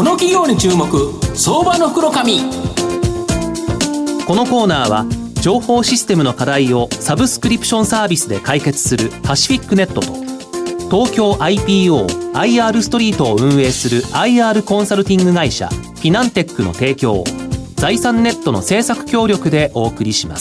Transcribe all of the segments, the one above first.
この企業に注目、相場の福の神。 このコーナーは情報システムの課題をサブスクリプションサービスで解決するパシフィックネットと、東京 IPO、IR ストリートを運営する IR コンサルティング会社フィナンテックの提供、財産ネットの制作協力でお送りします。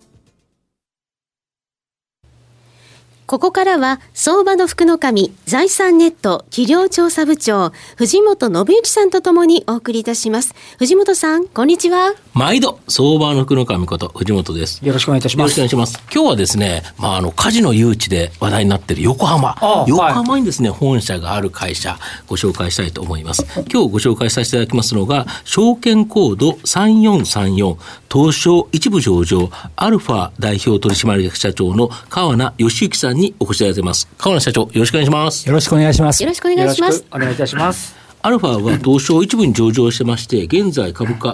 ここからは相場の福の神、財産ネット企業調査部長藤本信之さんとともにお送りいたします。藤本さん、こんにちは。 毎度相場の福の神こと藤本です。 よろしくお願いいたします。 よろしくお願いします。今日はですね、カジノ誘致で話題になっている横浜にですね、本社がある会社ご紹介したいと思います。今日ご紹介させていただきますのが、証券コード3434東証一部上場アルファ代表取締役社長の川名義行さんにお越しいただいています。川名社長、よろしくお願いします。 よろしくお願いします。 よろしくお願いします。 お願いいたします。 アルファは東証一部に上場してまして、現在株価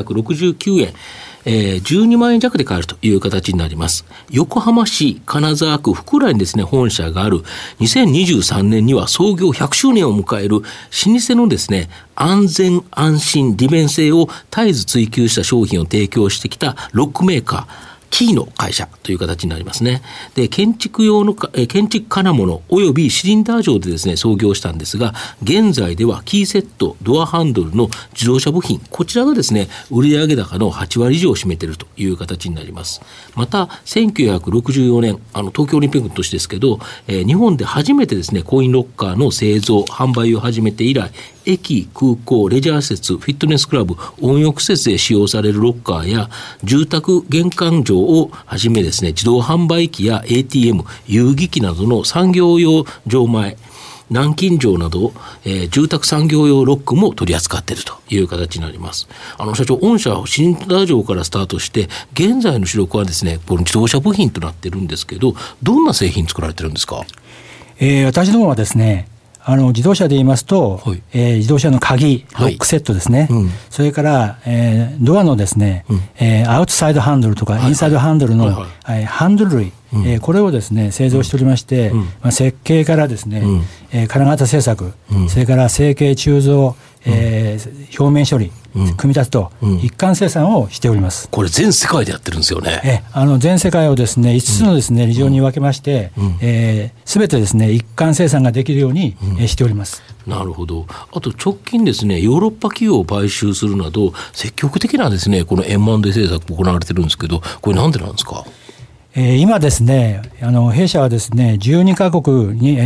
1169円、12万円弱で買えるという形になります。横浜市金沢区福来にですね、本社がある。2023年には創業100周年を迎える老舗のですね、安全安心利便性を絶えず追求した商品を提供してきたロックメーカーキーの会社という形になりますね。で、建築金物およびシリンダー錠でですね、創業したんですが、現在ではキーセット、ドアハンドルの自動車部品、こちらがですね、売上高の8割以上を占めているという形になります。また、1964年、東京オリンピックの年ですけど、日本で初めてですね、コインロッカーの製造、販売を始めて以来、駅、空港、レジャー施設、フィットネスクラブ、温浴施設で使用されるロッカーや住宅玄関錠をはじめですね、自動販売機や ATM、遊戯機などの産業用錠前、南京錠など、住宅産業用ロックも取り扱っているという形になります。社長、御社はシリンダー錠からスタートして、現在の主力はですね、この自動車部品となっているんですけど、どんな製品作られてるんですか？ 私どもはですね、自動車で言いますと、はい、自動車の鍵、ロックセットですね、はい、それから、ドアのですね、アウトサイドハンドルとか、インサイドハンドルの、ハンドル類、これをですね、製造しておりまして、設計からですね、金型製作、それから成形鋳造、表面処理、組み立てと一貫生産をしております。 これ全世界でやってるんですよね。 全世界をですね、5つのですね、リジョンに分けまして、すべてですね、一貫生産ができるようにしております。 なるほど。あと直近ですね、ヨーロッパ企業を買収するなど積極的なですね、この M&A 政策行われてるんですけど、これなんでなんですか？ 今ですね、弊社はですね、12カ国に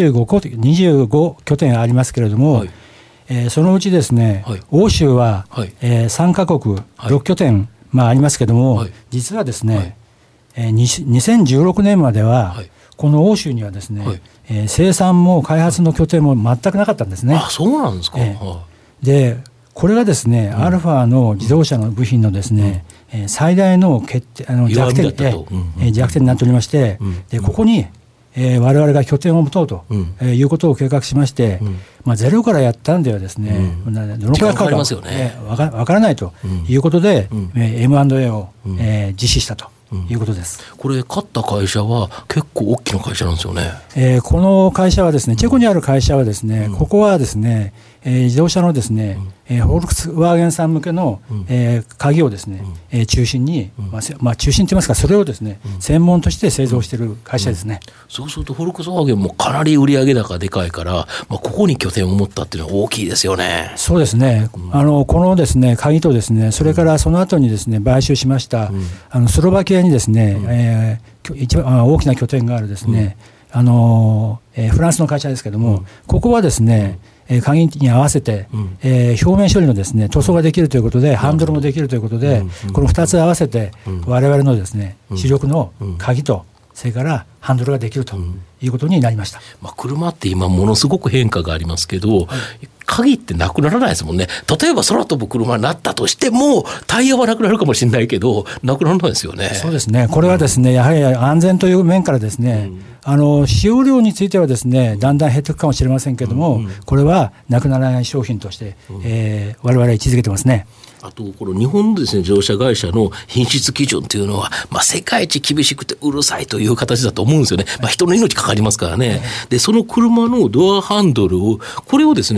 25拠点ありますけれども、そのうちですね、欧州は3カ国6拠点ありますけれども、実はですね、2016年まではこの欧州にはですね、生産も開発の拠点も全くなかったんですね。 そうなんですか。 で、これがですね、アルファの自動車の部品のですね、最大の弱点になっておりまして、でここに我々が拠点を持とうということを計画しまして、ゼロからやったんではですね、どのくらいかかるかわからないということで、M&A を実施したということです。 これ買った会社は結構大きな会社なんですよね。 この会社はですね、チェコにある会社はですね、ここはですね、自動車のですね、フォルクスワーゲンさん向けの鍵をですね、中心に、中心といいますか、それをですね、専門として製造している会社ですね。 そうするとフォルクスワーゲンもかなり売上高でかいから、ここに拠点を持ったっていうのは大きいですよね。 そうですね。このですね、鍵とですね、それからその後にですね、買収しました、スロバキアにですね、一番大きな拠点があるですね、フランスの会社ですけども、ここはですね、鍵に合わせて、表面処理のですね、塗装ができるということで、ハンドルもできるということで、この2つ合わせて我々のですね、主力の鍵とそれからハンドルができるということになりました。 車って今ものすごく変化がありますけど、鍵ってなくならないですもんね。例えば空飛ぶ車になったとしてもタイヤはなくなるかもしれないけどなくならないですよね。 そうですね。これはですね、やはり安全という面からですね、使用量についてはですね、だんだん減っていくかもしれませんけれども、これはなくならない商品として、我々は位置づけてますね。 あとこの日本のですね、自動車会社の品質基準というのは、世界一厳しくてうるさいという形だと思うんですよね。人の命かかりますからね。でその車のドアハンドルをこれをですね、横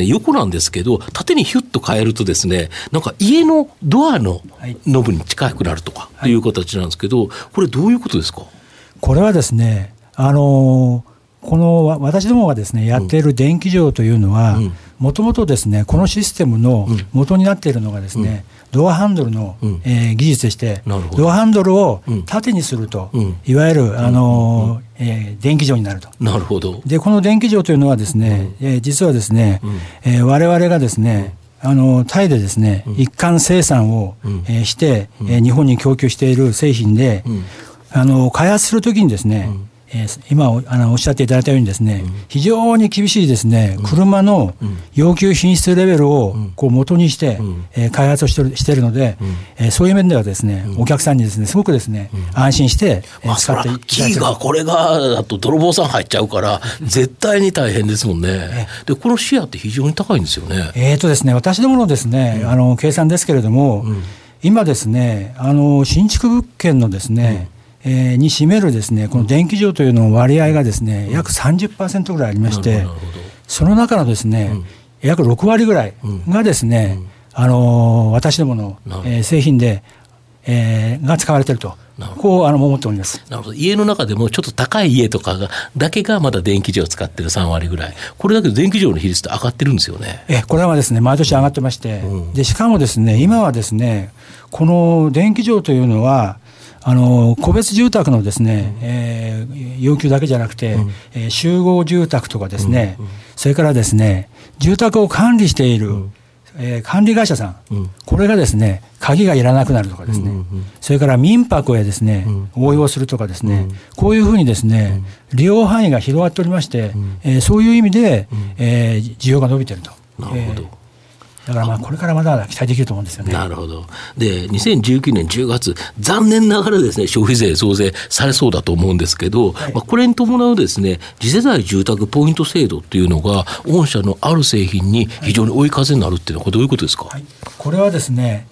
なんですけど、縦にヒュッと変えるとですね、なんか家のドアのノブに近くなるとかいう形なんですけど、これどういうことですか？ これはですね、この私どもがですねやっている電気錠というのは、もともとですねこのシステムの元になっているのがですね、ドアハンドルの、技術でして、ドアハンドルを縦にすると、いわゆる電気錠になると。 なるほど。 でこの電気錠というのはですね、実はですね、我々がですねタイでですね、一貫生産を、して、日本に供給している製品で、開発するときにですね、今おっしゃっていただいたようにですね、非常に厳しいですね、車の要求品質レベルをこう元にして、開発をしているので、そういう面ではですね、お客さんにですねすごくですね安心して、使っていただいている。 キーがこれがだと泥棒さん入っちゃうから絶対に大変ですもんね。でこのシェアって非常に高いんですよね。 ですね、私どものですね、計算ですけれども、今ですね新築物件のですね、に占めるですねこの電気錠というの割合がですね、約 30% ぐらいありまして、その中のですね、約6割ぐらいがですね、私どもの、製品で、が使われていると、こう思っております。 なるほど。家の中でもちょっと高い家とかだけがまだ電気錠を使ってる3割ぐらい、これだけど電気錠の比率って上がってるんですよね。 これはですね毎年上がってまして、でしかもですね今はですねこの電気錠というのは個別住宅のですね、要求だけじゃなくて、集合住宅とかですね、それからですね住宅を管理している、管理会社さん、これがですね鍵がいらなくなるとかですね、それから民泊へですね、応用するとかですね、こういうふうにですね利用範囲が広がっておりまして、そういう意味で、需要が伸びていると。 なるほど。 だからこれからまだ期待できると思うんですよね。 なるほど。で2019年10月残念ながらですね消費税増税されそうだと思うんですけど、これに伴うですね次世代住宅ポイント制度っていうのが御社のある製品に非常に追い風になるっていうのはこれどういうことですか？ これはですね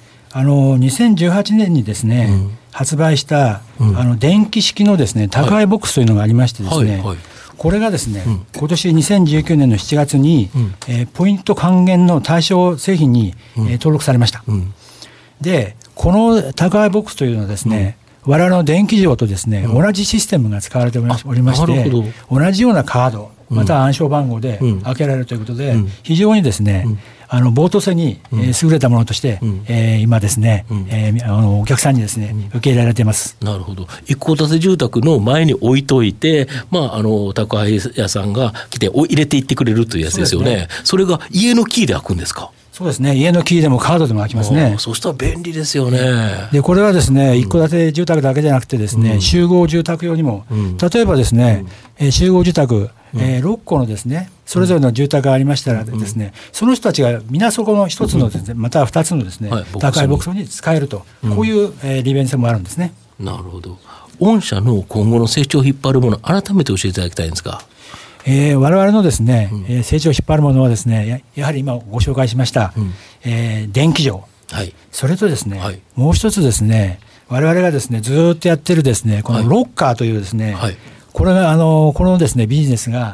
2018年にですね、発売した、電気式のですね宅配ボックスというのがありましてですね、これがですね、今年2019年の7月に、ポイント還元の対象製品に、登録されました。でこの宅配ボックスというのはですね、我々の電気錠とですね、同じシステムが使われておりまして、同じようなカードまたは暗証番号で開けられるということで、非常にですね防盗性に優れたものとして、今ですね、お客さんにですね受け入れられています。 なるほど。一戸建て住宅の前に置いといて、宅配屋さんが来て入れていってくれるというやつですよね。それが家のキーで開くんですか？ そうですね、家のキーでもカードでも開きますね。 そうしたら便利ですよね。 でこれはですね一戸建て住宅だけじゃなくてですね、集合住宅用にも、例えばですね、集合住宅、6戸のですねそれぞれの住宅がありましたらですね、その人たちが皆そこの一つのですね、または2つのですね、宅配ボックスに使えると、こういう利便性もあるんですね。 なるほど。御社の今後の成長を引っ張るもの、改めて教えていただきたいんですが。 我々のですね、成長を引っ張るものはですね、やはり今ご紹介しました、電気錠、それとですね、もう一つですね、我々がですねずっとやってるですねこのロッカーというですね、これがこのですねビジネスが、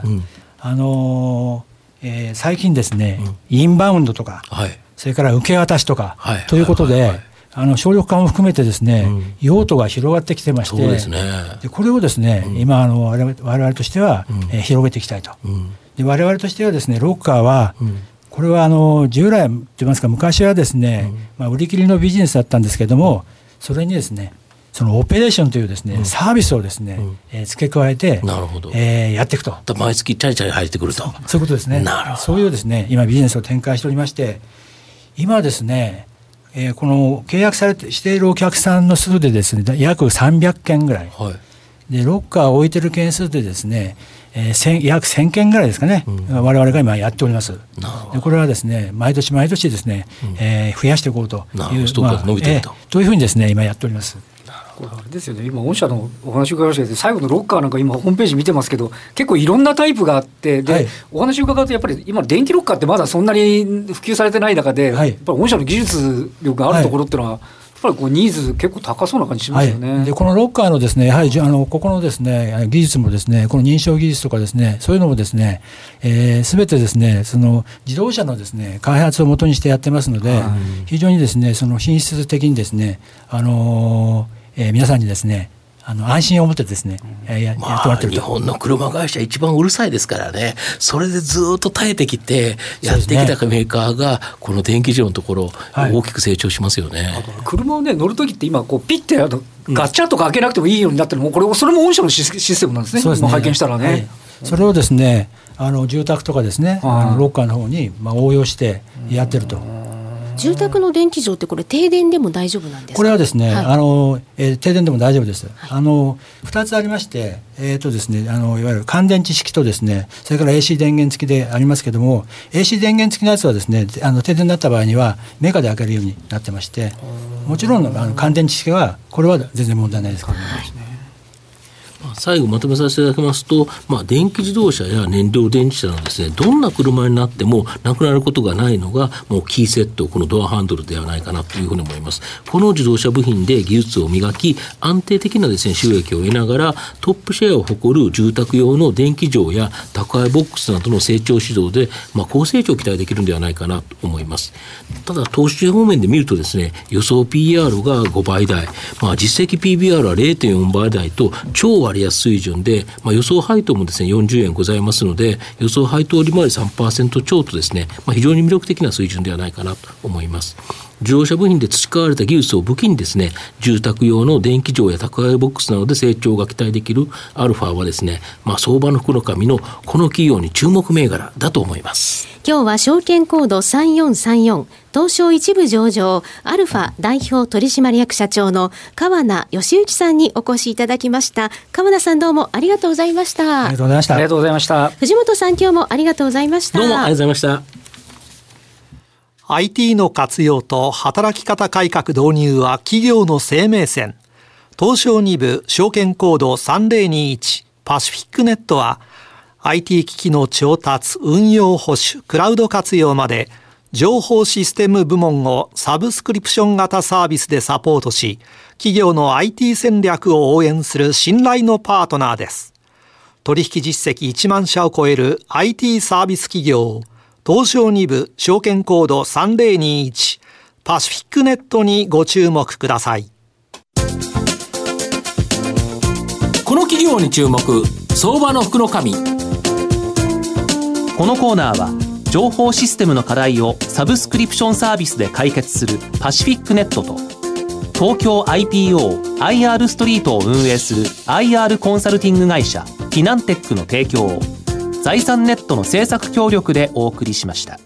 最近ですね、インバウンドとか、それから受け渡しとか、ということで、省力化も含めてですね、用途が広がってきてまして、でこれをですね、今我々としては、広げていきたいと。で我々としてはですねロッカーは、これは従来といいますか昔はですね、売り切りのビジネスだったんですけれども、それにですねそのオペレーションというですね、サービスをですね、付け加えて、やっていくと。 毎月チャリチャリ入ってくると。 そういうことですね。そういうですね今ビジネスを展開しておりまして、今ですねこの契約しているお客さんの数でですね約300件ぐらい、でロッカーを置いてる件数でですね、約1000件ぐらいですかね、我々が今やっております。でこれはですね毎年毎年ですね、増やしていこうというというふうにですね今やっております。 これあれですよね、今御社のお話を伺いましたけど、最後のロッカーなんか今ホームページ見てますけど、結構いろんなタイプがあって、で、お話を伺うとやっぱり今電気ロッカーってまだそんなに普及されてない中で、やっぱり御社の技術力があるところっていうのはぱりこうニーズ結構高そうな感じしますよね。 でこのロッカーのですね、やはりここのですね技術もですね、この認証技術とかですね、そういうのもですね、すべてですね、その自動車のですね開発を元にしてやってますので、非常にですね、その品質的にですね、皆さんにですね、安心を持ってですね、やってもらってると。 日本の車会社一番うるさいですからね。それでずっと耐えてきてやってきたメーカーがこの電気自動のところ大きく成長しますよね。 車をね乗るときって今こうピッてガッチャンとか開けなくてもいいようになってるのも、これそれも御社のシステムなんですね。 そうですね、 拝見したらね、 それをですね、住宅とかですね、ロッカーの方に応用してやってると。 住宅の電気自動ってこれ停電でも大丈夫なんですか？ これはですね、停電でも大丈夫です。2つありまして、ですね、いわゆる乾電池式とですね、それから AC 電源付きでありますけども、AC 電源付きのやつはですね、停電になった場合にはメガで開けるようになってまして、もちろん乾電池式はこれは全然問題ないですけども、 最後まとめさせていただきますと、電気自動車や燃料電池車のですね、どんな車になってもなくなることがないのがもうキーセット、このドアハンドルではないかなというふうに思います。この自動車部品で技術を磨き、安定的なですね収益を得ながらトップシェアを誇る住宅用の電気自動や宅配ボックスなどの成長市場で、高成長を期待できるんではないかなと思います。ただ投資方面で見るとですね、予想 PR が5倍台、実績 PBR は 0.4 倍台と超割安水準で、予想配当もですね40円ございますので、予想配当利回り 3% 超とですね、非常に魅力的な水準ではないかなと思います。自動車部品で培われた技術を武器にですね、住宅用の電気自動や宅配ボックスなどで成長が期待できるアルファはですね、相場の福の神のこの企業に注目銘柄だと思います。 今日は証券コード3434東証一部上場アルファ代表取締役社長の川名義之さんにお越しいただきました。川名さん、どうもありがとうございました。 ありがとうございました。 ありがとうございました。 藤本さん、今日もありがとうございました。 どうもありがとうございました。 IT の活用と働き方改革導入は企業の生命線。東証2部証券コード3021パシフィックネットは IT 機器の調達、運用保守、クラウド活用まで情報システム部門をサブスクリプション型サービスでサポートし、企業の IT 戦略を応援する信頼のパートナーです。取引実績1万社を超える IT サービス企業、東証2部証券コード3021パシフィックネットにご注目ください。 この企業に注目、相場の福の神。 このコーナーは情報システムの課題をサブスクリプションサービスで解決するパシフィックネットと、東京 IPO、IR ストリートを運営する IR コンサルティング会社フィナンテックの提供を財産ネットの制作協力でお送りしました。